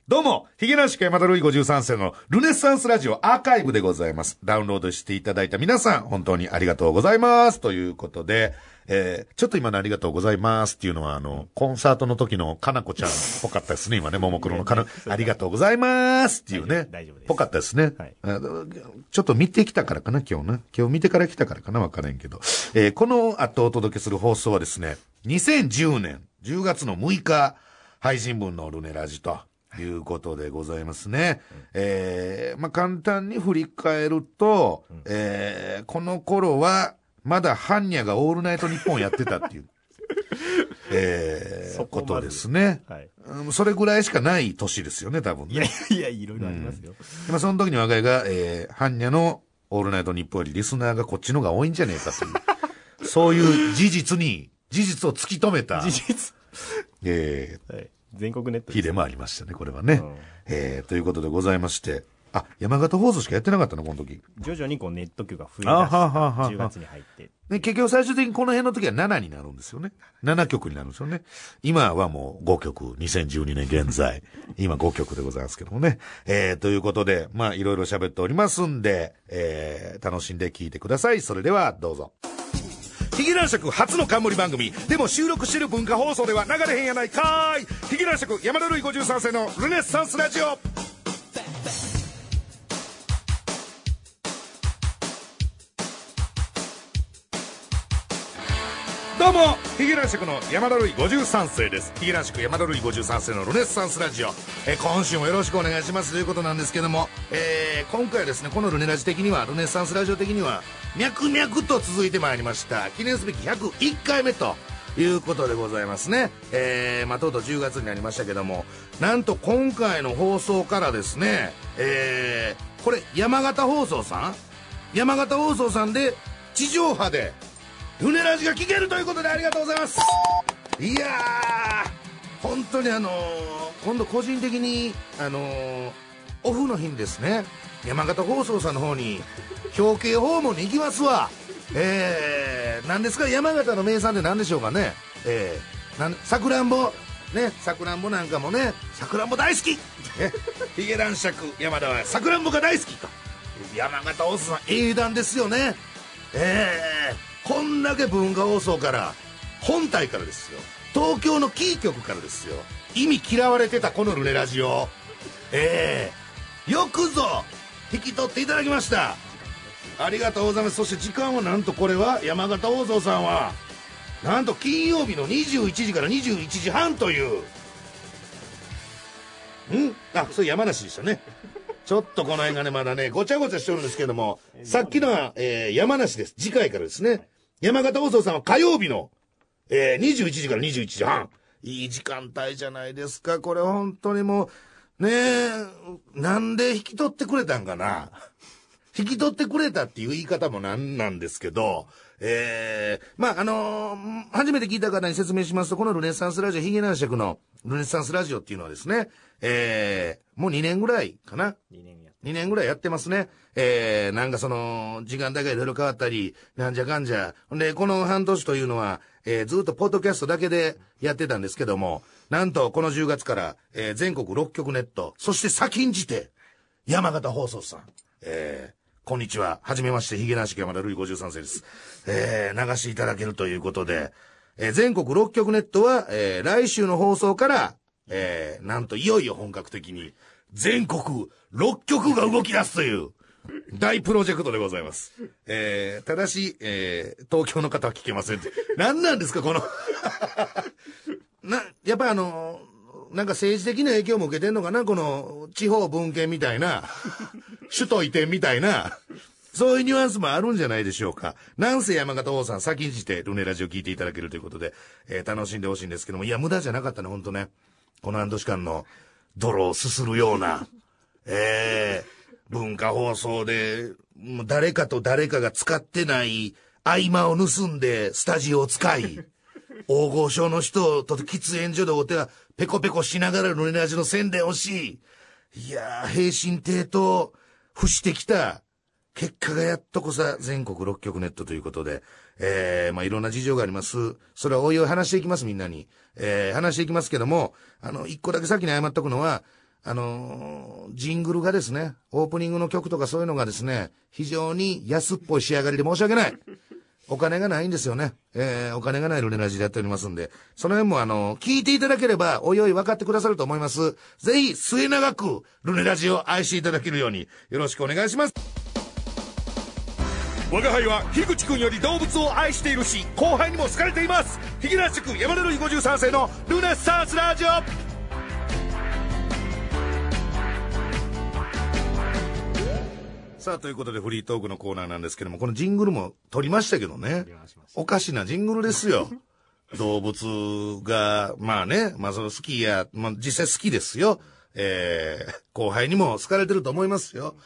どうも、ヒゲ男子山田ルイ53世のルネッサンスラジオアーカイブでございます。ダウンロードしていただいた皆さん、本当にありがとうございます。ということで、ちょっと今のありがとうございますっていうのは、コンサートの時のかなこちゃんっぽかったですね、今ね、ももクロのありがとうございますっていうね。 大丈夫です。 ぽかったですね。はい、ちょっと見てきたからかな、今日ね。今日見てから来たからかな、わからんけど。この後お届けする放送はですね、2010年10月の6日、配信分のルネラジと。いうことでございますね。簡単に振り返ると、この頃は、まだハンニャがオールナイトニッポンやってたっていう、ことですね、はい。それぐらいしかない年ですよね、多分ね。 いや、いろいろありますよ。 その時に我が家が、ハンニャのオールナイトニッポンよりリスナーがこっちのが多いんじゃねえかという、そういう事実を突き止めた。 事実はい、全国ネット日でもありましたね、これはね。ということでございまして。山形放送しかやってなかったの、この時。 徐々にこうネット局が増え出した10月に入って。 ね、結局最終的にこの辺の時は7になるんですよね。7局になるんですよね。今はもう5局、2012年現在。今5局でございますけどもね。ということで、いろいろ喋っておりますんで、楽しんで聞いてください。それでは、どうぞ。ヒゲ男爵初の冠番組でも収録してる文化放送では流れへんやないかーい。ヒゲ男爵山田ルイ53世のルネッサンスラジオ。どうもヒゲ男爵の山田ルイ53世です。ヒゲ男爵山田ルイ53世のルネッサンスラジオ、今週もよろしくお願いしますということなんですけども、今回はですね、このルネラジ的には、ルネッサンスラジオ的には脈々と続いてまいりました記念すべき101回目ということでございますね。とうとう10月になりましたけども、なんと今回の放送からですね、これ山形放送さんで地上波でルネラジが聞けるということで、ありがとうございます。いやー、本当に今度個人的にオフの日にですね、山形放送さんの方に表敬訪問に行きますわ。何ですか、山形の名産って何でしょうかね。さくらんぼね、さくらんぼなんかもね、さくらんぼ大好き、ヒゲ男爵山田はさくらんぼが大好きと。山形放送さん英断ですよね。こんだけ文化放送から本体からですよ、東京のキー局からですよ、意味嫌われてたこのルネラジオ、よくぞ引き取っていただきました。ありがとうございます。そして時間はなんと、これは山形放送さんはなんと金曜日の21時から21時半というそれ山梨でしたね。ちょっとこの辺がね、まだねごちゃごちゃしてるんですけども、さっきのは、山梨です。次回からですね。山形放送さんは火曜日の、21時から21時半。いい時間帯じゃないですか。これ本当にもうねえ、なんで引き取ってくれたんかな。引き取ってくれたっていう言い方もなんですけど、初めて聞いた方に説明しますと、このルネッサンスラジオ、ヒゲ男爵のルネッサンスラジオっていうのはですね、もう2年ぐらいかな。2年ぐらいやってますね。なんかその、時間帯がいろいろ変わったり、なんじゃかんじゃ。で、この半年というのは、ずっとポッドキャストだけでやってたんですけども、なんとこの10月から、全国6局ネット、そして先んじて、山形放送さん、こんにちは。はじめまして、ヒゲ男爵山田ルイ53世です。流していただけるということで、全国6局ネットは、来週の放送から、なんといよいよ本格的に、全国6局が動き出すという大プロジェクトでございます。ただし、東京の方は聞けませんって。何なんですか、このやっぱなんか政治的な影響も受けてんのかな、この地方分権みたいな、首都移転みたいな、そういうニュアンスもあるんじゃないでしょうか。なんせ山形王さん先んじてルネラジオ聞いていただけるということで、楽しんでほしいんですけども、いや無駄じゃなかったね、ほんとね。この半年間の泥をすするような、文化放送で、誰かと誰かが使ってない合間を盗んでスタジオを使い、大御所の人と喫煙所でお手はペコペコしながらルネラジの宣伝をし、いやー、平身低頭付してきた結果がやっとこさ全国6局ネットということで、いろんな事情があります。それはおいおい話していきます、みんなに。話していきますけども、一個だけ先に謝っとくのは、 ジングルがですね、オープニングの曲とかそういうのがですね、非常に安っぽい仕上がりで申し訳ない。お金がないんですよね。お金がないルネラジでやっておりますんで、その辺も聞いていただければ、おいおい分かってくださると思います。ぜひ、末永く、ルネラジを愛していただけるように、よろしくお願いします。我が輩は、樋口くんより動物を愛しているし、後輩にも好かれています。ヒゲラシク山田るい53世のルネッサンスラジオ。さあ、ということでフリートークのコーナーなんですけども、このジングルも撮りましたけどね。おかしなジングルですよ。動物が、まあね、まあその好きや、まあ実際好きですよ。後輩にも好かれてると思いますよ。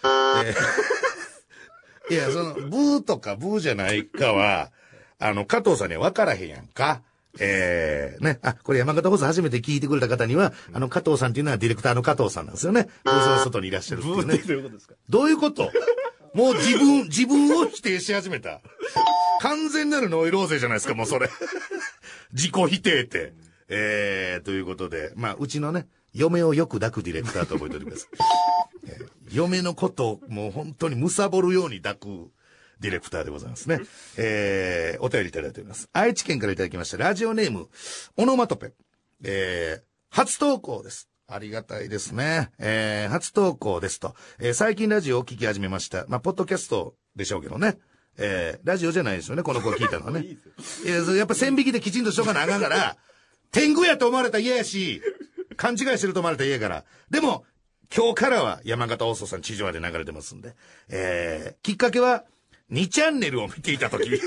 いや、その、ブーとかブーじゃないかは、加藤さんには分からへんやんか。ね。これ山形放送初めて聞いてくれた方には、加藤さんっていうのはディレクターの加藤さんなんですよね。ブースの外にいらっしゃるっていうね。 どういうことですか？ どういうこと？もう自分を否定し始めた。完全なるノイローゼじゃないですか、もうそれ。自己否定って。ということで、まあ、うちのね、嫁をよく抱くディレクターと覚えております。嫁のことをもう本当に貪るように抱くディレクターでございますね。お便りいただいております。愛知県からいただきました。ラジオネーム、オノマトペ。初投稿です。ありがたいですね。初投稿ですと。最近ラジオを聞き始めました。まあ、ポッドキャストでしょうけどね。ラジオじゃないですよね、この子聞いたのはね。やっぱ線引きできちんとしとかなあかんから、天狗やと思われたら嫌やし、勘違いしてると思われたら嫌やから。でも、今日からは山形放送さん地上波で流れてますんで。きっかけは、2チャンネルを見ていたとき。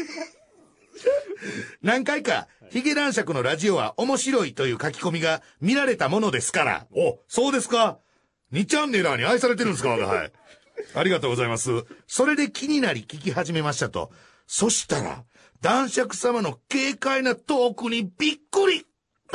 何回か、ヒゲ男爵のラジオは面白いという書き込みが見られたものですから。お、そうですか。2チャンネラーに愛されてるんですか、我が輩。ありがとうございます。それで気になり聞き始めましたと。そしたら、男爵様の軽快なトークにびっくり。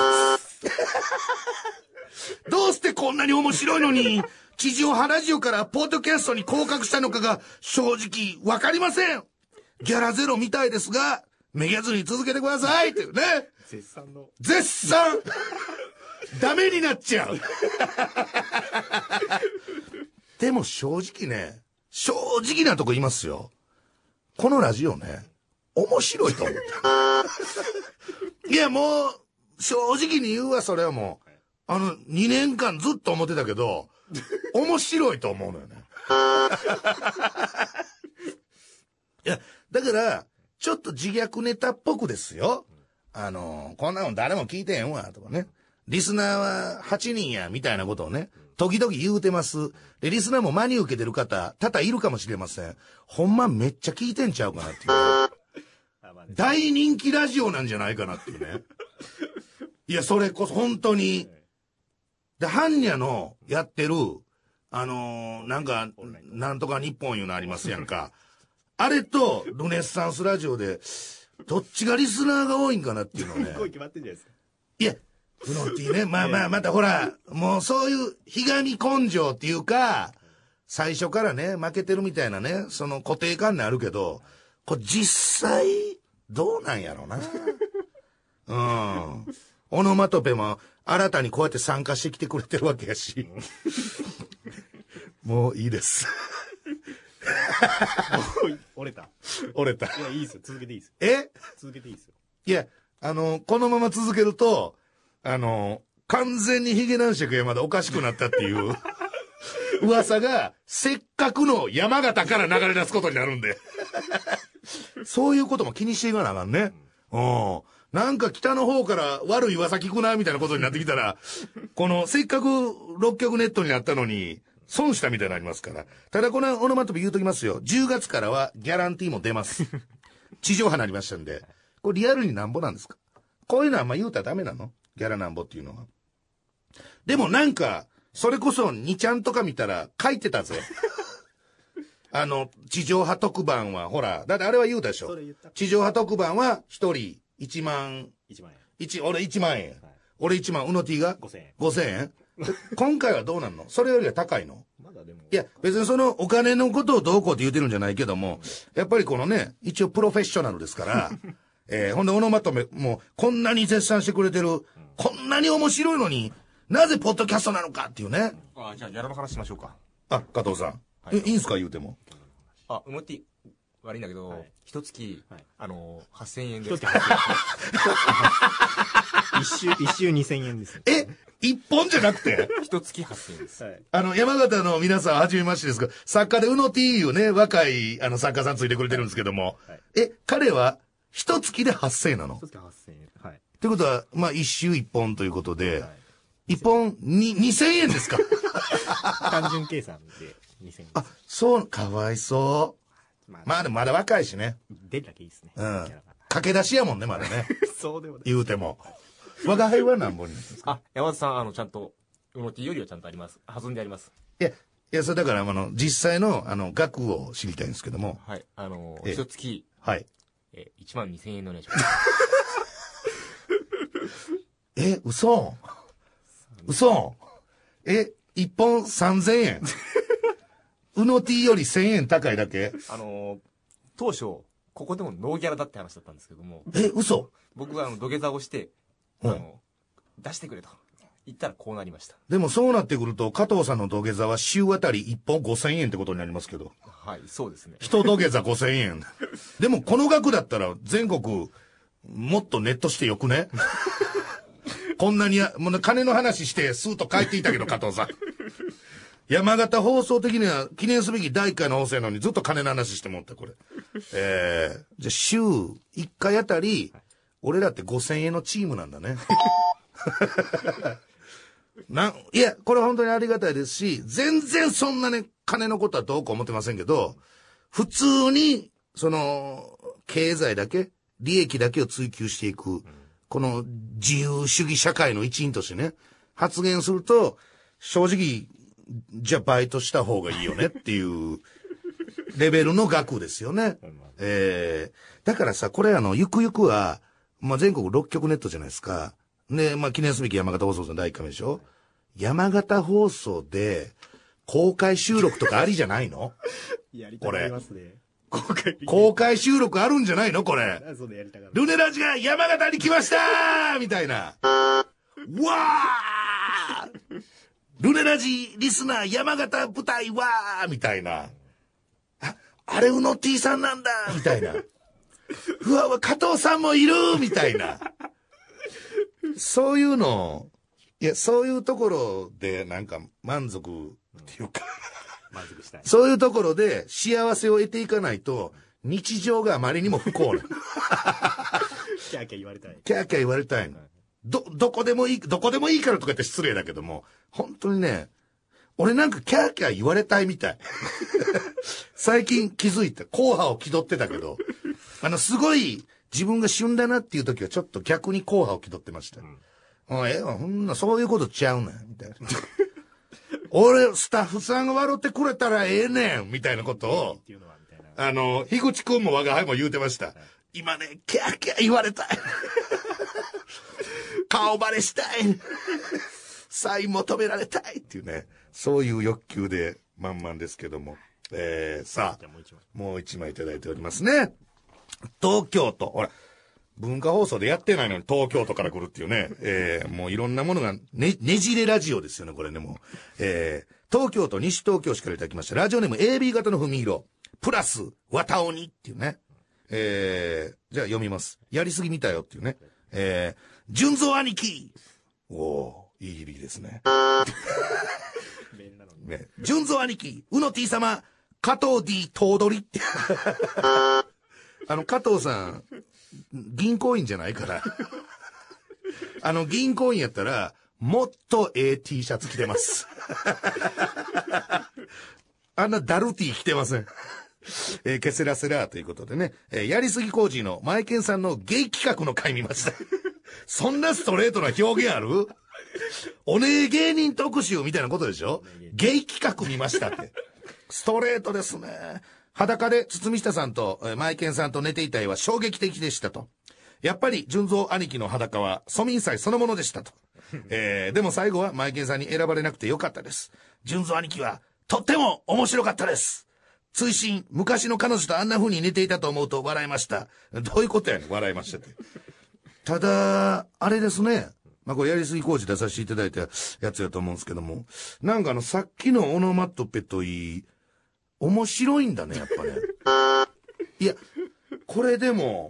どうしてこんなに面白いのに、地上波ラジオからポッドキャストに降格したのかが正直わかりません。ギャラゼロみたいですが、めげずに続けてくださいっていうね。絶賛ダメになっちゃう。でも正直ね、正直なとこ言いますよ。このラジオね、面白いと思った。いやもう、正直に言うわ、それはもう。2年間ずっと思ってたけど、面白いと思うのよね。いや、だから、ちょっと自虐ネタっぽくですよ。こんなの誰も聞いてへんわ、とかね。リスナーは8人や、みたいなことをね、時々言うてます。で、リスナーも真に受けてる方、多々いるかもしれません。ほんまめっちゃ聞いてんちゃうかなっていう。大人気ラジオなんじゃないかなっていうね。いや、それこそ本当に。で、ハンニャのやってる、なんか、なんとか日本いうのありますやんか。あれと、ルネッサンスラジオで、どっちがリスナーが多いんかなっていうのね。 声決まってんじゃないですか。 いや、フノッティね。まあまあ、またほら、もうそういう、ひがみ根性っていうか、最初からね、負けてるみたいなね、その固定観念あるけど、これ実際、どうなんやろうな。うん。オノマトペも、新たにこうやって参加してきてくれてるわけやし。もういいです。 折れた。 折れた。 いや、いいですよ。続けていいですよ。 え？ 続けていいですよ。 いや、このまま続けると、完全にヒゲ男爵山田おかしくなったっていう噂が、せっかくの山形から流れ出すことになるんで。そういうことも気にしていかなあかんね。うん。なんか北の方から悪い噂聞くな、みたいなことになってきたら、この、せっかく6曲ネットになったのに、損したみたいになりますから。ただこのオノマトペ言うときますよ。10月からはギャランティーも出ます。地上波になりましたんで。これリアルになんぼなんですか？こういうのはあんま言うたらダメなの？ギャラなんぼっていうのは。でもなんか、それこそ2ちゃんとか見たら書いてたぜ。地上波特番は、ほら、だってあれは言うたでしょ。地上波特番は1人1万。俺1万円。はい、俺1万、うの T が 5000円。 5000円今回はどうなんの？それよりは高いの？ まだでも。 いや、別にそのお金のことをどうこうって言うてるんじゃないけども、やっぱりこのね、一応プロフェッショナルですから、ほんでオノマトペもこんなに絶賛してくれてる、こんなに面白いのに、 なぜポッドキャストなのかっていうね。 じゃあ、ギャラの話しましょうか。 加藤さん。はい、いいんすか言うても。 思って悪いんだけど、一月、8000円で。一周2000円です。 一本じゃなくて一月8000円です。 山形の皆さん、はじめましてですが、作家でうの T いうね、若い、作家さんついてくれてるんですけども、彼は、一月で8000円なの？ 一月8000円。はい。 ということは、まあ、一周一本ということで、一本に2000円ですか？ 単純計算で2000円。 そう、かわいそう。まあでもまだ若いしね。 出るだけいいですね。 駆け出しやもんね、まだね。 そうでもない。 言うても。我が輩は何本になるんですか？ 山田さん、ちゃんと、うの T よりはちゃんとあります。弾んであります。 いや、それだから、実際の、額を知りたいんですけども。 はい。一月。 はい。 12000円のお願いします。 嘘一本3000円。うの T より1000円高いだけ？ 当初、ここでもノーギャラだって話だったんですけども。 嘘？ 僕が土下座をして、出してくれと言ったらこうなりました。 でもそうなってくると、加藤さんの土下座は週あたり1本5000円ってことになりますけど。 はい、そうですね。 人土下座5000円。でもこの額だったら全国、もっとネットしてよくね？こんなにもう金の話してスーッと帰っていたけど、加藤さん。山形放送的には記念すべき第1回の放送やのにずっと金の話してもって、これ。じゃあ週1回あたり、俺らって5000円のチームなんだね。いや、これ本当にありがたいですし、全然そんなね、金のことはどうか思ってませんけど、普通に、経済だけ、利益だけを追求していく、この自由主義社会の一員としてね、発言すると、正直、じゃあバイトした方がいいよねっていうレベルの額ですよね。だからさ、これゆくゆくは、全国6局ネットじゃないですか。で、記念すべき山形放送の第1回目でしょ？山形放送で公開収録とかありじゃないの？ やりたがりますね。 公開収録あるんじゃないのこれ。ルネラジが山形に来ましたーみたいな。わールネラジリスナー山形舞台わーみたいな。あれうの T さんなんだみたいな。うわ、加藤さんもいるみたいな。そういうの、そういうところでなんか満足っていうか、 満足したい。 そういうところで幸せを得ていかないと、日常があまりにも不幸な。 キャーキャー言われたい。 キャーキャー言われたいの。どこでもいいからとか言って失礼だけども、本当にね、俺なんかキャーキャー言われたいみたい。最近気づいた。硬派を気取ってたけど、すごい自分が旬だなっていう時はちょっと逆に硬派を気取ってました。そういうことちゃうねん、みたいな。俺、スタッフさんが笑ってくれたらええねん、みたいなことを、樋口くんも我が輩も言うてました。今ね、キャーキャー言われたい。顔バレしたい。サイン求められたいっていうね、そういう欲求で満々ですけども。さあ、もう一枚いただいておりますね。東京都、ほら、文化放送でやってないのに東京都から来るっていうね、もういろんなものがねじれラジオですよね、これね、もう。東京都西東京市からいただきました。ラジオネーム AB 型の文色。プラス、綿鬼っていうね。じゃあ読みます。やりすぎ見たよっていうね。純蔵兄貴。いい響きですね。ね、純蔵兄貴、うの T 様、加藤 D 頭取って。加藤さん、銀行員じゃないから。銀行員やったら、もっとT シャツ着てます。あんなダルティ着てません。ケセラセラーということでね、やりすぎ工事のマイケンさんのゲイ企画の回見ました。そんなストレートな表現ある？おね芸人特集みたいなことでしょ？ゲイ企画見ましたって。ストレートですね。裸で堤下さんとマイケンさんと寝ていた絵は衝撃的でしたと。やっぱり純蔵兄貴の裸は庶民祭そのものでしたと。でも最後はマイケンさんに選ばれなくてよかったです。純蔵兄貴はとっても面白かったです。追伸、昔の彼女とあんな風に寝ていたと思うと笑いました。どういうことやねん、笑いましたって。ただ、あれですね。 まあこれやりすぎ工事出させていただいたやつやと思うんですけども、なんかさっきのオノマトペといい、面白いんだね、やっぱね。いや、これでも、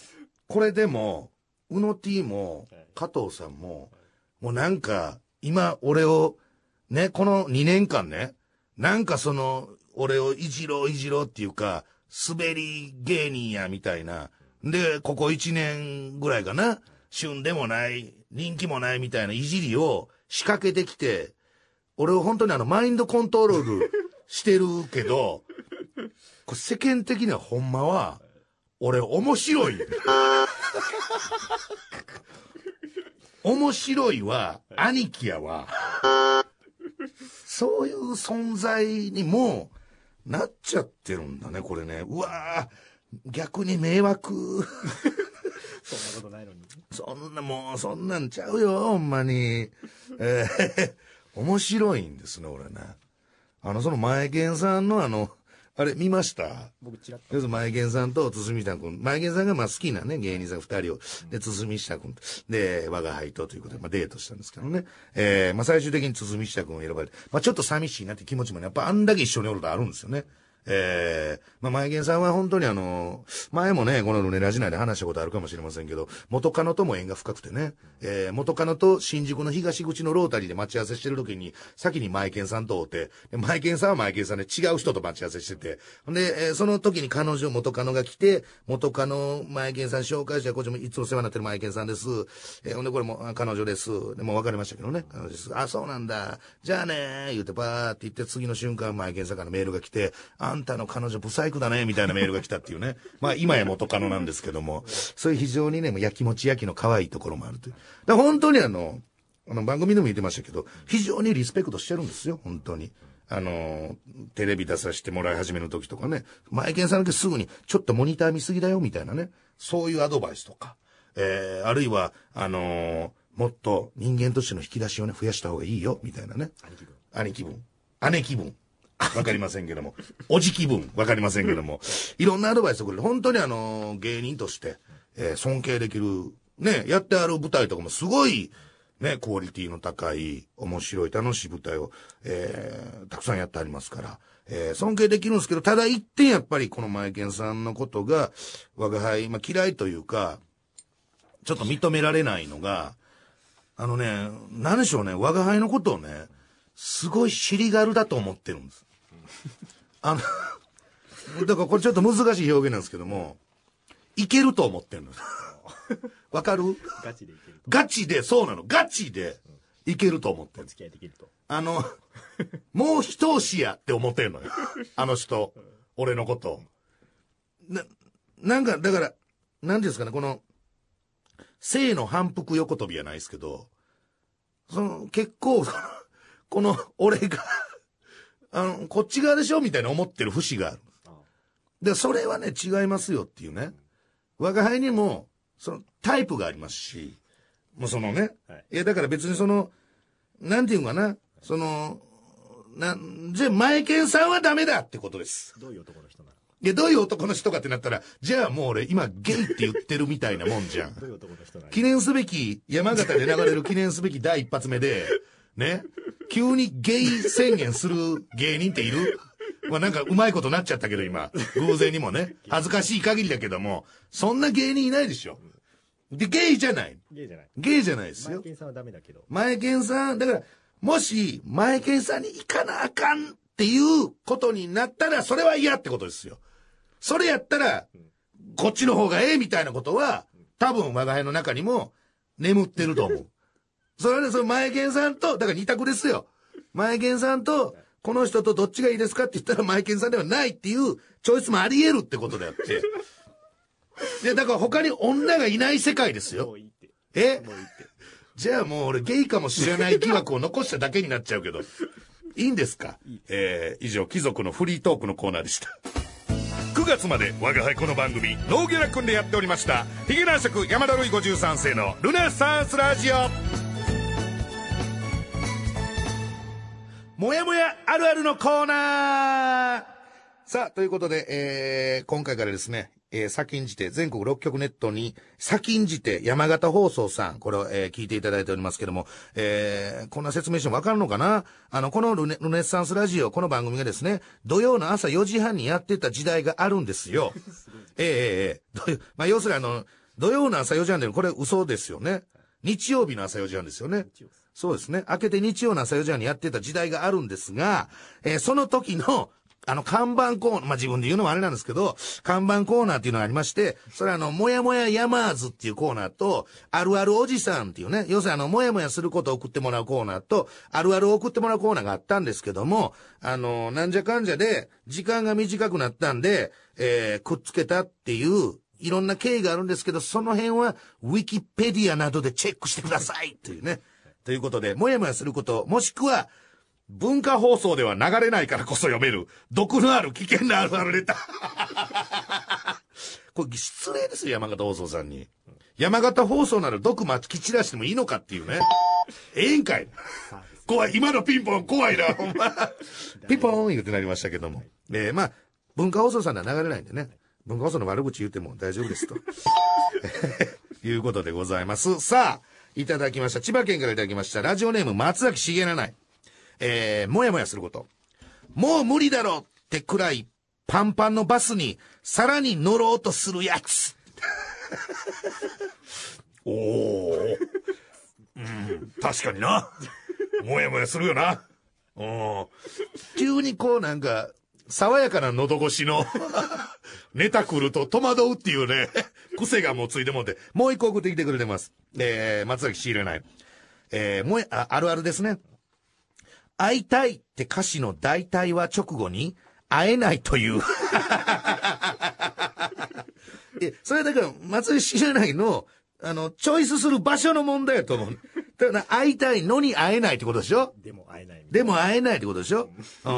うの T も、加藤さんも、もうなんか、今、俺を、ね、この2年間ね、なんか俺をいじろうっていうか、滑り芸人や、みたいな。で、ここ1年ぐらいかな、旬でもない、人気もないみたいないじりを仕掛けてきて、俺を本当にマインドコントロールしてるけど、これ世間的にはほんまは、俺面白い。面白いわ、兄貴やわ。そういう存在にもなっちゃってるんだね、これね。うわぁ、逆に迷惑。 そんなことないのに。 そんなんちゃうよ、ほんまに。面白いんですね、俺ね。その前源さんのあれ見ました？ 僕チラッと。 前源さんと堤下君。前源さんがまあ好きなね、芸人さん2人を。で、堤下君。で、我が輩とということで、まあデートしたんですけどね。まあ最終的に堤下君を選ばれて、まあちょっと寂しいなって気持ちもね、やっぱあんだけ一緒におるとあるんですよね。まあ前源さんは本当に前もね、このルネラジ内で話したことあるかもしれませんけど、元カノとも縁が深くてね、元カノと新宿の東口のロータリーで待ち合わせしてる時に、先に前源さんと会うて、前源さんは前源さんで違う人と待ち合わせしてて、で、その時に元カノが来て、元カノ前源さん紹介して、こっちもいつも世話になってる前源さんです。ほんでこれも彼女です。でもう別れましたけどね、彼女です。あ、そうなんだ。じゃあねー、言うてバーって言って次の瞬間前源さんからメールが来て、あんたの彼女ブサイクだねみたいなメールが来たっていうね。まあ今や元カノなんですけども、そういう非常にね、やきもち焼きの可愛いところもあるという。だから本当に番組でも言ってましたけど、非常にリスペクトしてるんですよ、本当に。テレビ出させてもらい始めの時とかね、マイケンさんだけすぐに、ちょっとモニター見すぎだよ、みたいなね。そういうアドバイスとか。あるいは、もっと人間としての引き出しをね、増やした方がいいよ、みたいなね。兄貴分。姉貴分。わかりませんけども。おじ気分。わかりませんけども。いろんなアドバイスをくれる。本当に芸人として、尊敬できる、ね、やってある舞台とかもすごい、ね、クオリティの高い、面白い、楽しい舞台を、たくさんやってありますから、尊敬できるんですけど、ただ一点やっぱりこのマイケンさんのことが、我が輩、まあ、嫌いというか、ちょっと認められないのが、何でしょうね、我が輩のことをね、すごい尻軽だと思ってるんです。だからこれちょっと難しい表現なんですけども、いけると思ってるんです。わかる？ ガチでいけると。 ガチで、そうなの。ガチでいけると思ってる。 お付き合いできると。 もう一押しやって思ってるのよ。あの人。俺のこと。なんか、だから、なんていうんですかね、この、性の反復横跳びじゃないですけど、結構、この、俺が、こっち側でしょみたいな思ってる節がある。で、それはね、違いますよっていうね。我が輩にも、タイプがありますし、もうね、はい、いや、だから別になんていうのかな、じゃあ、マイケンさんはダメだってことです。 どういう男の人なの？ いや、どういう男の人かってなったら、じゃあもう俺、今、ゲイって言ってるみたいなもんじゃん。 どういう男の人なの？ 記念すべき、山形で流れる記念すべき第一発目で、ね、急にゲイ宣言する芸人っている？まあなんかうまいことなっちゃったけど今、偶然にもね、恥ずかしい限りだけども、そんな芸人いないでしょ。で、ゲイじゃない。 ゲイじゃない。 ゲイじゃないですよ。 マイケンさんはダメだけど。 マイケンさん、だから、もし、マイケンさんに行かなあかんっていうことになったら、それは嫌ってことですよ。それやったら、こっちの方がええみたいなことは、多分我が輩の中にも眠ってると思う。それはね、マイケンさんと、だから二択ですよ。マイケンさんと、この人とどっちがいいですかって言ったらマイケンさんではないっていうチョイスもあり得るってことであって。で、だから他に女がいない世界ですよ。 もういいって。 え？ もういいって。 じゃあもう俺ゲイかもしれない疑惑を残しただけになっちゃうけど。いいんですか？以上、貴族のフリートークのコーナーでした。9月まで我が輩この番組、ノーギャラ君でやっておりました、ヒゲ男爵山田ルイ53世のルネサンスラジオ。もやもやあるあるのコーナー。さあ、ということで、今回からですね、 先んじて、全国6局ネットに、先んじて山形放送さん、これを、聞いていただいておりますけども、こんな説明してもわかるのかな？このルネッサンスラジオ、この番組がですね、土曜の朝4時半にやってた時代があるんですよ。まあ、要するに土曜の朝4時半でこれ嘘ですよね。日曜日の朝4時半ですよね。そうですね。明けて日曜の朝4時半にやってた時代があるんですが、その時の、看板コーナー、まあ、自分で言うのもあれなんですけど、看板コーナーっていうのがありまして、それはもやもやヤマーズっていうコーナーと、あるあるおじさんっていうね、要するにもやもやすることを送ってもらうコーナーと、あるあるを送ってもらうコーナーがあったんですけども、なんじゃかんじゃで、時間が短くなったんで、くっつけたっていう、いろんな経緯があるんですけど、その辺は、ウィキペディアなどでチェックしてくださいというね。ということで、もやもやすること、もしくは、文化放送では流れないからこそ読める、毒のある危険なあるあるネタ。これ失礼ですよ、山形放送さんに。山形放送なら毒まき散らしてもいいのかっていうね。ええんかい。怖い、今のピンポン怖いな、ほんま。ピンポン言うてなりましたけども。まあ、文化放送さんでは流れないんでね。文化放送の悪口言っても大丈夫ですと。いうことでございます。さあ、いただきました。千葉県からいただきました。ラジオネーム松崎しげなない。もやもやすること。もう無理だろってくらいパンパンのバスにさらに乗ろうとするやつ。おー。うん、確かにな。もやもやするよな。急にこうなんか、爽やかな喉越しのネタ来ると戸惑うっていうね、癖がもうついてもんで、もう一個送ってきてくれてます。松崎しげなない。あるあるですね。会いたいって歌詞の大体は直後に会えないという。それだから松井しげないの、チョイスする場所の問題だと思う。だから会いたいのに会えないってことでしょ？ でも会えない。 でも会えないってことでしょ？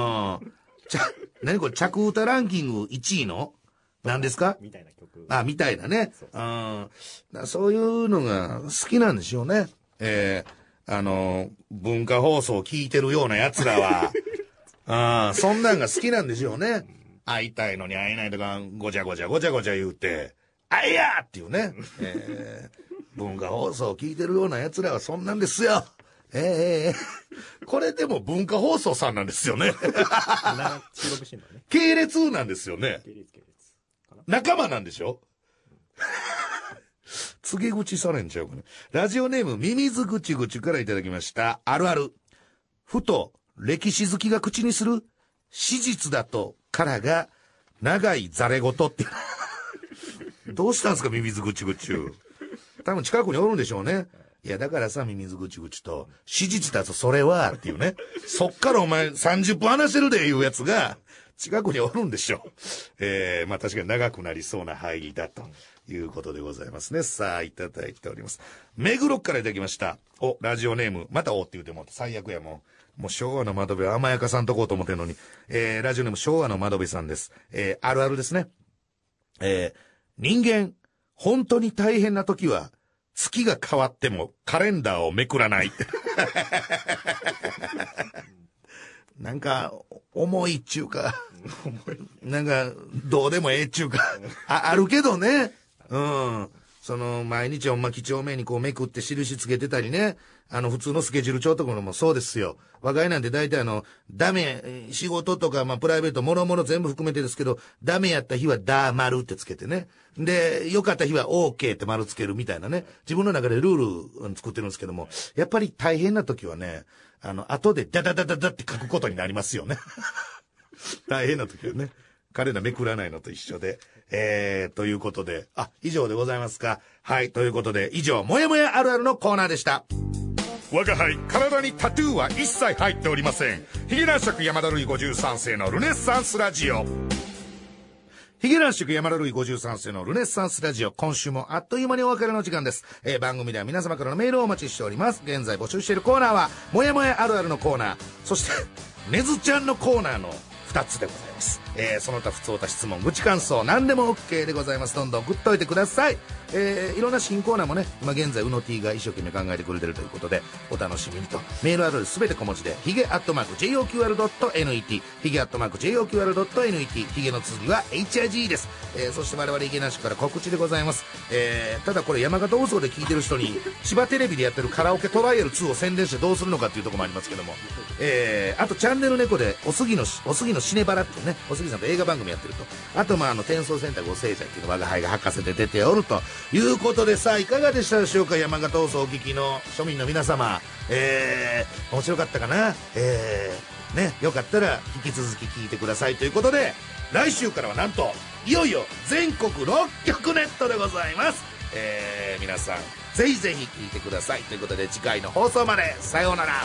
何これ、着歌ランキング1位の何ですか？ みたいな曲。 みたいなね。そういうのが好きなんでしょうね。文化放送を聞いてるような奴らは、そんなんが好きなんでしょうね。会いたいのに会えないとか、ごちゃごちゃ言うて、会えやっていうね。文化放送を聞いてるような奴らはそんなんですよ。これでも文化放送さんなんですよね。系列なんですよね。仲間なんでしょ？告げ口されんちゃうかな。ラジオネームミミズぐちぐちからいただきました。あるある。ふと歴史好きが口にする史実だとからが長いざれ言ってどうしたんですか、ミミズぐちぐち。多分近くにおるんでしょうね。いやだからさ、ミミズぐちぐちと史実だとそれはっていうね、そっからお前30分話せるでいうやつが近くにおるんでしょう。まあ確かに長くなりそうな入りだということでございますね。さあ、いただいております。目黒からいただきました。ラジオネーム、またって言うても最悪やもう昭和の窓辺甘やかさんとこうと思ってんのに。ラジオネーム昭和の窓辺さんです。あるあるですね。人間、本当に大変な時は、月が変わってもカレンダーをめくらない。なんか、重いっちゅうか、なんか、どうでもええっちゅうか、あるけどね。毎日ほんま几帳面にこうめくって印つけてたりね。普通のスケジュール帳とかもそうですよ。我が家なんて大体ダメ、仕事とか、プライベート、もろもろ全部含めてですけど、ダメやった日はダー丸ってつけてね。で、良かった日は OK って丸つけるみたいなね。自分の中でルール作ってるんですけども、やっぱり大変な時はね、後でダダダダダって書くことになりますよね。大変な時はね。カレンダーめくらないのと一緒で。ということで、以上でございますか。はい、ということで、以上、もやもやあるあるのコーナーでした。我が輩、体にタトゥーは一切入っておりません。ヒゲ男爵山田ルイ53世のルネッサンスラジオ。ヒゲ男爵山田ルイ53世のルネッサンスラジオ。今週もあっという間にお別れの時間です。番組では皆様からのメールをお待ちしております。現在募集しているコーナーは、もやもやあるあるのコーナー、そして、ねずちゃんのコーナーの2つでございます。 ます。その他普通歌質問、愚痴感想、何でも OK でございます。どんどん送っといてください。いろんな新コーナーもね、今現在うの T が一生懸命考えてくれてるということで、お楽しみにと。メールアドレスすべて小文字で、ヒゲ@joqr.net、ヒゲ@joqr.net、ヒゲの続きは HIG です。そして我々ヒゲなしから告知でございます。ただこれ山形放送で聞いてる人に、千葉テレビでやってるカラオケトライアル2を宣伝してどうするのかっていうところもありますけども、あとチャンネル猫でおすぎのシネバラっていうね、おすぎさんと映画番組やってると。あと転送センターご聖者っていうの我が輩が博士で出ておるということでさあ、いかがでしたでしょうか、山形放送お聞きの庶民の皆様。面白かったかな。ね、よかったら引き続き聞いてくださいということで、来週からはなんといよいよ全国6局ネットでございます。皆さんぜひぜひ聞いてくださいということで、次回の放送までさようなら。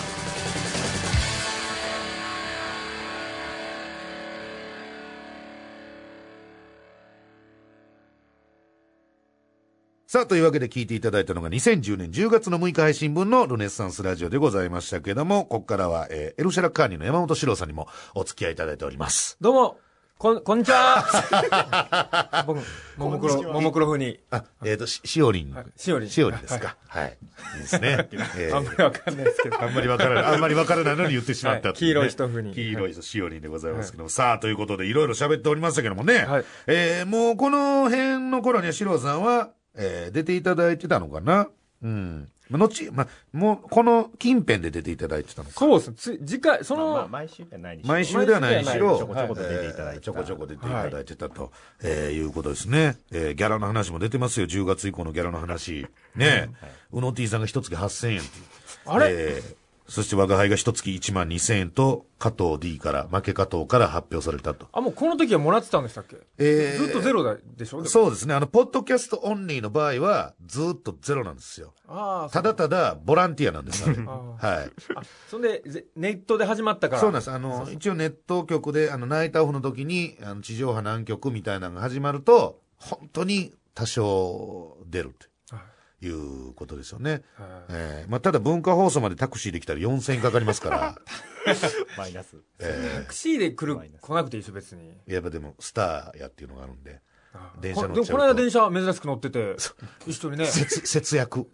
さあ、というわけで聞いていただいたのが2010年10月の6日配信分のルネッサンスラジオでございましたけども、ここからは、エルシャラカーニの山本史郎さんにもお付き合いいただいております。 どうも、こんにちは。僕、ももクロ風に。 しおりん。 しおりんですか。はい。いいですね。 あんまりわかんないですけど。 あんまりわからないのに言ってしまったっていうね。 黄色い一風に。 黄色いしおりんでございますけども。さあ、ということでいろいろ喋っておりましたけどもね。もうこの辺の頃には史郎さんは、出ていただいてたのかな。うん。もう、この近辺で出ていただいてたのか。 そうです。次回、 毎週ではないにしろ。 毎週ではないにしろ、 ちょこちょこ出ていただいてた。 ちょこちょこ出ていただいてたと、いうことですね。ギャラの話も出てますよ。10月以降のギャラの話。ね。うの T さんが一月8000円っていう。 あれそして我が輩が一月12000円と、加藤 D から、負け加藤から発表されたと。 あ、もうこの時はもらってたんでしたっけ？ずっとゼロでしょ？ そうですね。ポッドキャストオンリーの場合は、ずっとゼロなんですよ。ただただ、ボランティアなんです、あれ。はい。 そんで、ネットで始まったから。 そうなんです。一応ネット局で、ナイターオフの時に、地上波何局みたいなのが始まると、本当に多少出るって。いうことですよね。ただ文化放送までタクシーで来たら4000円かかりますから。 マイナス。 タクシーで来なくていいでしょ、別に。 やっぱでも、スターやっていうのがあるんで。 電車乗っちゃうと。でもこの間電車珍しく乗ってて、一緒にね。 節約。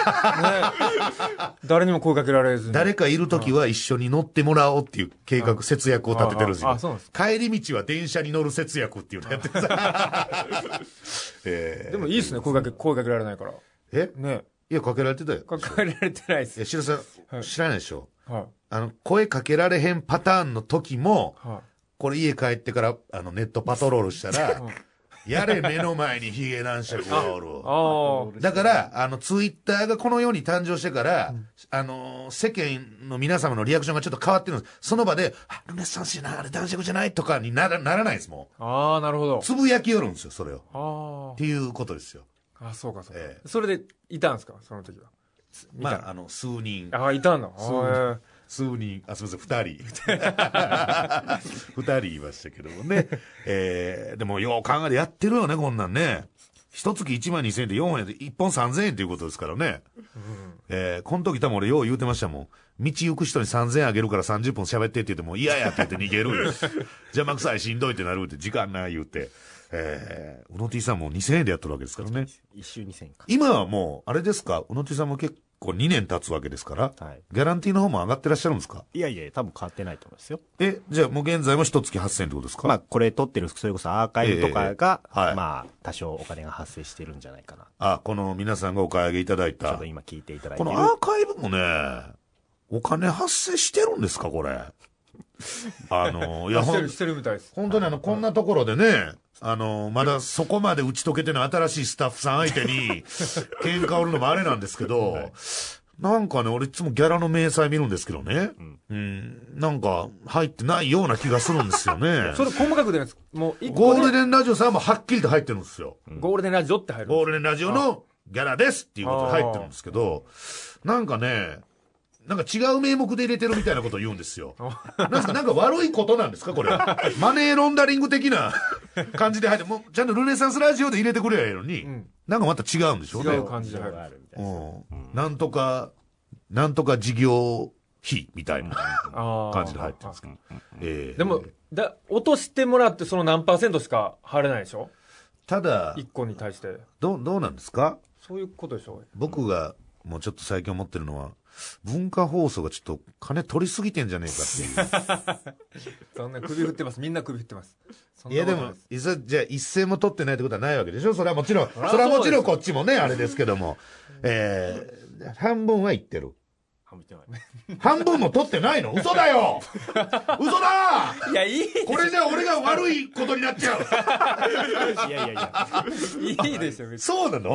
誰にも声かけられずに。 誰かいるときは一緒に乗ってもらおうっていう計画、節約を立ててるんですよ。 そうなんです。 帰り道は電車に乗る節約っていうのやってる。 でもいいですね、声かけられないから。ね。 いや、かけられてたよ。 かけられてないです。 白さん、知らないでしょ。声かけられへんパターンの時も、これ家帰ってから、ネットパトロールしたら、やれ目の前にヒゲ男爵がおる。だから、ツイッターがこの世に誕生してから、世間の皆様のリアクションがちょっと変わってるんです。その場で、ルネッサンスじゃない、あれ男爵じゃないとかにならないですもん。 なるほど。 つぶやきよるんですよ、それを。っていうことですよ。 そうか。それで、いたんですかその時は。 数人。 いたんだ。 数人、すみません、二人いましたけどもね。でも、よう考えてやってるよね、こんなんね。一月12000円で4円で1本3000円ということですからね。この時多分俺よう言うてましたもん。道行く人に3000円あげるから30分喋ってって言っても嫌やって言って逃げる。邪魔くさいしんどいってなるって時間ない言うて。うの T さんも2000円でやってるわけですからね。 一週2000円か。 今はもう、あれですか、うの T さんも結構2年経つわけですから、ギャランティーの方も上がってらっしゃるんですか？ いや、多分変わってないと思いますよ。 じゃあもう現在も一月8000円ってことですか？ これ撮ってる、それこそアーカイブとかが、多少お金が発生してるんじゃないかな。 この皆さんがお買い上げいただいた。 ちょっと今聞いていただいてこのアーカイブもね、お金発生してるんですか、これ。 いや、してるみたいです。 本当にこんなところでね、まだそこまで打ち解けてない新しいスタッフさん相手に、喧嘩売るのもあれなんですけど、なんかね、俺いつもギャラの明細見るんですけどね、なんか入ってないような気がするんですよね。 それ細かく出るんです。もうゴールデンラジオさんもはっきりと入ってるんですよ。 ゴールデンラジオって入る。 ゴールデンラジオのギャラですっていうことで入ってるんですけど、なんかね、なんか違う名目で入れてるみたいなことを言うんですよ。なんか悪いことなんですかこれ。マネーロンダリング的な感じで入って、もうちゃんとルネサンスラジオで入れてくれやいいのに、なんかまた違うんでしょうね。 違う感じで入る。 なんとか事業日みたいな感じで入ってるんですけど。 でも、落としてもらってその何%しか入れないでしょ？ ただ、 1個に対して。 どうなんですか？ そういうことでしょ？ 僕がもうちょっと最近思ってるのは、文化放送がちょっと金取りすぎてんじゃねえかっていう。 そんな首振ってます。みんな首振ってます。 いやでも、じゃあ一銭も取ってないってことはないわけでしょ？それはもちろんこっちもね、あれですけども。半分は言ってる。半分も取ってないの？嘘だよ嘘だいや、いいこれじゃ俺が悪いことになっちゃういや。いいですよ、別に。 そうなの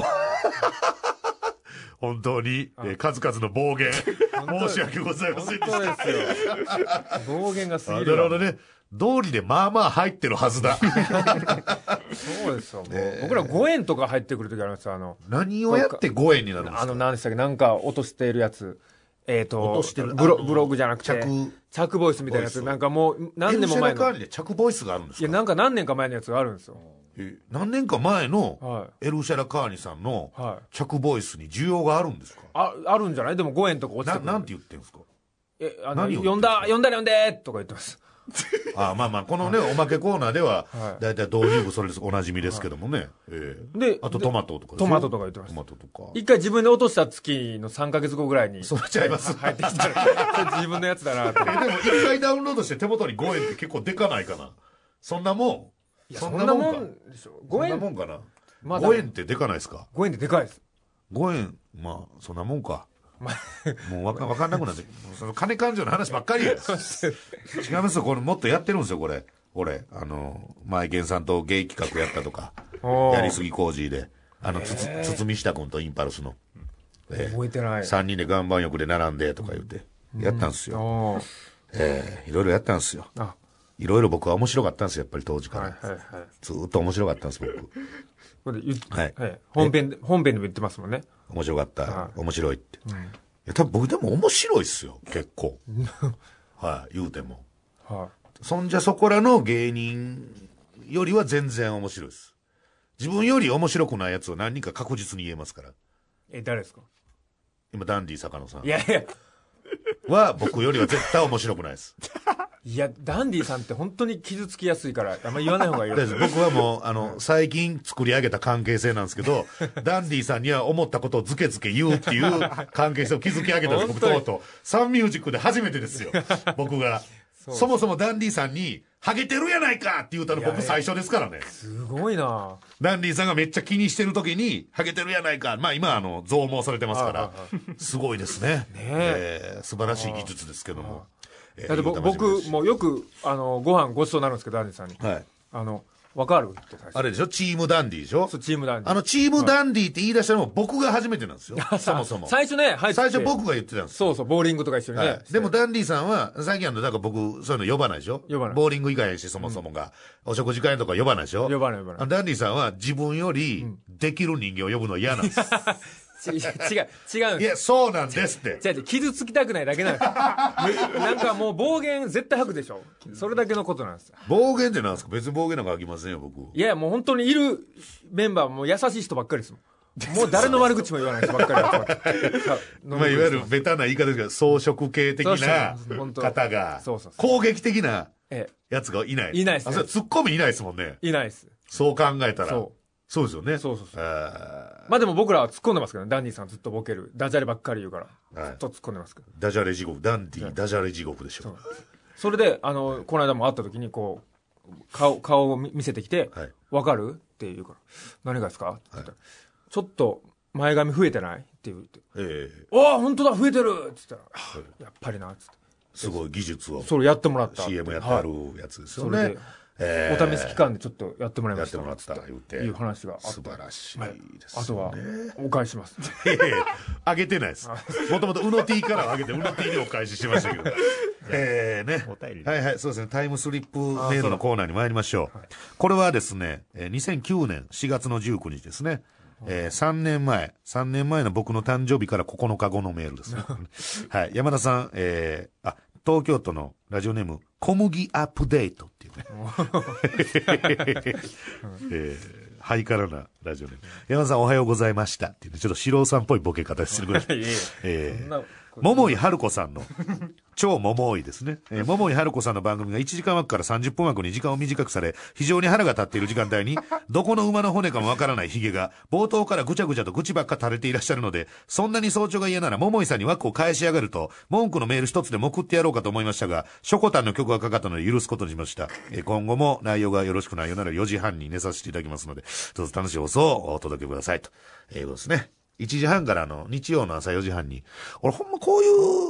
本当に、数々の暴言、申し訳ございませんでした。 本当ですよ。暴言が過ぎる。 なるほどね。道理でまあまあ入ってるはずだ。 そうですよ。僕ら5円とか入ってくるときありますよ。 何をやって5円になるんですか？ 何でしたっけ？なんか落としているやつ。 落としてるブログじゃなくて、着ボイスみたいなやつ。なんかもう何年も前の。 エルシャラカーニで着ボイスがあるんですか？ いや、なんか何年か前のやつがあるんですよ。 何年か前のエルシャラカーニさんの着ボイスに需要があるんですか？ あるんじゃない？でも5円とか落ちてくる。 なんて言ってんですか？ 読んだとか言ってます。 まあこのね、おまけコーナーではだいたい導入部それですおなじみですけどもね。で、あとトマトとかトマトとか言ってます。 トマトとか一回自分で落とした月の3ヶ月後ぐらいにそれちゃいます。 入ってきたら自分のやつだなって。 でも一回ダウンロードして手元に5円って結構でかないかな。そんなもんそんなもんでしょ。 5円そんなもんかな。5円ってでかないですか？ 5円ってでかいです。 5円まあそんなもんか。もうわかんなくなって、その金勘定の話ばっかりや。違いますよ、これもっとやってるんですよ、これ。俺、前健さんと芸企画やったとか、やりすぎ工事で、堤下君とインパルスの。 覚えてない。 3人で岩盤浴で並んでとか言って、やったんですよ。いろいろやったんですよ。いろいろ僕は面白かったんですよ、やっぱり当時から。ずっと面白かったんです、僕。 本編でも言ってますもんね。 面白かった。面白いって。多分僕でも面白いっすよ、結構。言うても。そんじゃそこらの芸人よりは全然面白いです。自分より面白くないやつを何人か確実に言えますから。 誰ですか？ 今、ダンディ坂野さん。 いや。 は僕よりは絶対面白くないです。 いや、ダンディさんって本当に傷つきやすいから、あんま言わない方がいいよ。 僕はもう、最近作り上げた関係性なんですけど、ダンディさんには思ったことをズケズケ言うっていう関係性を築き上げたんです、僕とうとう。サンミュージックで初めてですよ、僕が。そもそもダンディさんに、ハゲてるやないかって言うたの僕最初ですからね。 すごいな。 ダンディさんがめっちゃ気にしてる時に、ハゲてるやないか。まあ今、増毛されてますから、すごいですね。素晴らしい技術ですけども。 だって僕もよくご飯ごちそうになるんですけど、ダンディさんに。わかるってあれでしょ、チームダンディでしょ。 そう、チームダンディ。 チームダンディって言い出したのも僕が初めてなんですよ。そもそも。 最初ね、 最初僕が言ってたんです。 そう、ボーリングとか一緒にね。 でもダンディさんは、最近だから僕、そういうの呼ばないでしょ。 呼ばない。 ボーリング以外やし、そもそもが。お食事会とか呼ばないでしょ。 呼ばない。 ダンディさんは自分よりできる人間を呼ぶの嫌なんです。 違うんです。 いや、そうなんですって。 傷つきたくないだけなんです。なんかもう暴言絶対吐くでしょ。それだけのことなんです。 暴言ってなんですか？別に暴言なんか吐きませんよ、僕。 いや、もう本当にいるメンバーも優しい人ばっかりですもん。もう誰の悪口も言わない人ばっかりまあ、いわゆるベタな言い方ですけど、草食系的な方が、攻撃的なやつがいない。 いないですね。 ツッコミいないですもんね。 いないです。 そう考えたら。そうですよね。 そう。まあでも僕らは突っ込んでますけどね。ダンディさんずっとボケる。ダジャレばっかり言うから。ずっと突っ込んでますけど。 ダジャレ地獄。ダンディ、ダジャレ地獄でしょ。 それで、この間も会った時に、こう、顔を見せてきて、わかるって言うから、何がですかって言ったら、ちょっと前髪増えてないって言って。本当だ、増えてるって言ったら、やっぱりな、って。 すごい技術を。 それやってもらった。 CM やってあるやつですよね。 お試し期間でちょっっとやってもらいました。 やってもらった言うて。 いう話があった。 素晴らしいですね。 あとは、お返しします。 あげてないです。もともとうの T からあげて、うの T にお返ししましたけど。そうですね。タイムスリップメールのコーナーに参りましょう。これはですね、2009年4月の19日ですね。3年前の僕の誕生日から9日後のメールですね。はい。山田さん、東京都のラジオネーム、小麦アップデートっていうね。ハイカラなラジオネーム。山田さんおはようございましたっていうね、ちょっと素人さんっぽいボケ方してるぐらい。 桃井春子さんの超桃井ですね。桃井春子さんの番組が1時間枠から30分枠に時間を短くされ、非常に腹が立っている時間帯に、どこの馬の骨かもわからないヒゲが、冒頭からぐちゃぐちゃと口ばっか垂れていらっしゃるので、そんなに早朝が嫌なら桃井さんに枠を返しやがると、文句のメール一つでも送ってやろうかと思いましたが、ショコタンの曲がかかったので許すことにしました。今後も内容がよろしくないようなら4時半に寝させていただきますので、どうぞ楽しい放送をお届けくださいと。ことですね。1時半から日曜の朝4時半に。俺ほんまこういう、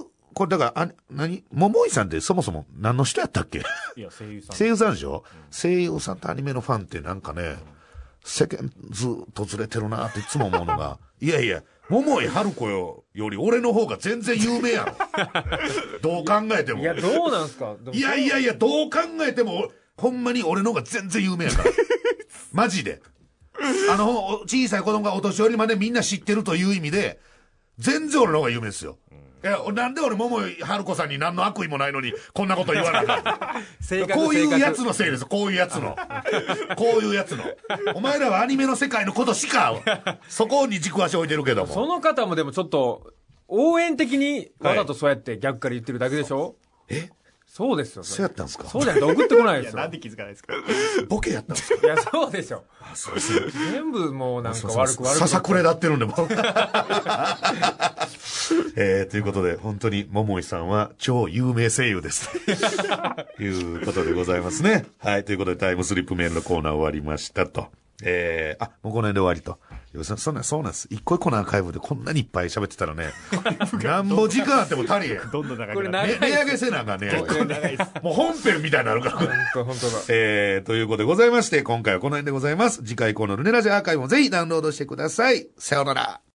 これだから、桃井さんってそもそも何の人やったっけ？ いや、声優さん。 声優さんでしょ、声優さんとアニメのファンってなんかね、世間ずっとずれてるなっていつも思うのが、いやいや、桃井春子より俺の方が全然有名やろ。どう考えても。 いや、どうなんすか？ いや、どう考えても、ほんまに俺の方が全然有名やから。マジで。小さい子供がお年寄りまでみんな知ってるという意味で、全然俺の方が有名ですよ。いや、なんで俺桃井春子さんに何の悪意もないのにこんなこと言わなあかんこういうやつのせいです。こういうやつの。こういうやつの。お前らはアニメの世界のことしか、そこに軸足置いてるけども。 その方もでもちょっと、応援的にわざとそうやって逆から言ってるだけでしょ？そうですよ。 そうやったんですか？ そうじゃないと送ってこないですよ。 なんで気づかないですか？ ボケやったんですか？ いや、そうでしょ。 そうですね。 全部もうなんか悪く。 ささくれだってるんで、もう。ということで、本当に桃井さんは超有名声優です。ということでございますね。はい。ということで、タイムスリップメールのコーナー終わりましたと。もうこの辺で終わりと。そうなんです。一個一個のアーカイブでこんなにいっぱい喋ってたらね、なんぼ時間あっても足りへん。 どんどん長これくなる。 値上げせなあかんね。もう本編みたいになるから。 本当だ。 ということでございまして、今回はこの辺でございます。次回以降のルネラジアーカイブもぜひダウンロードしてください。さようなら。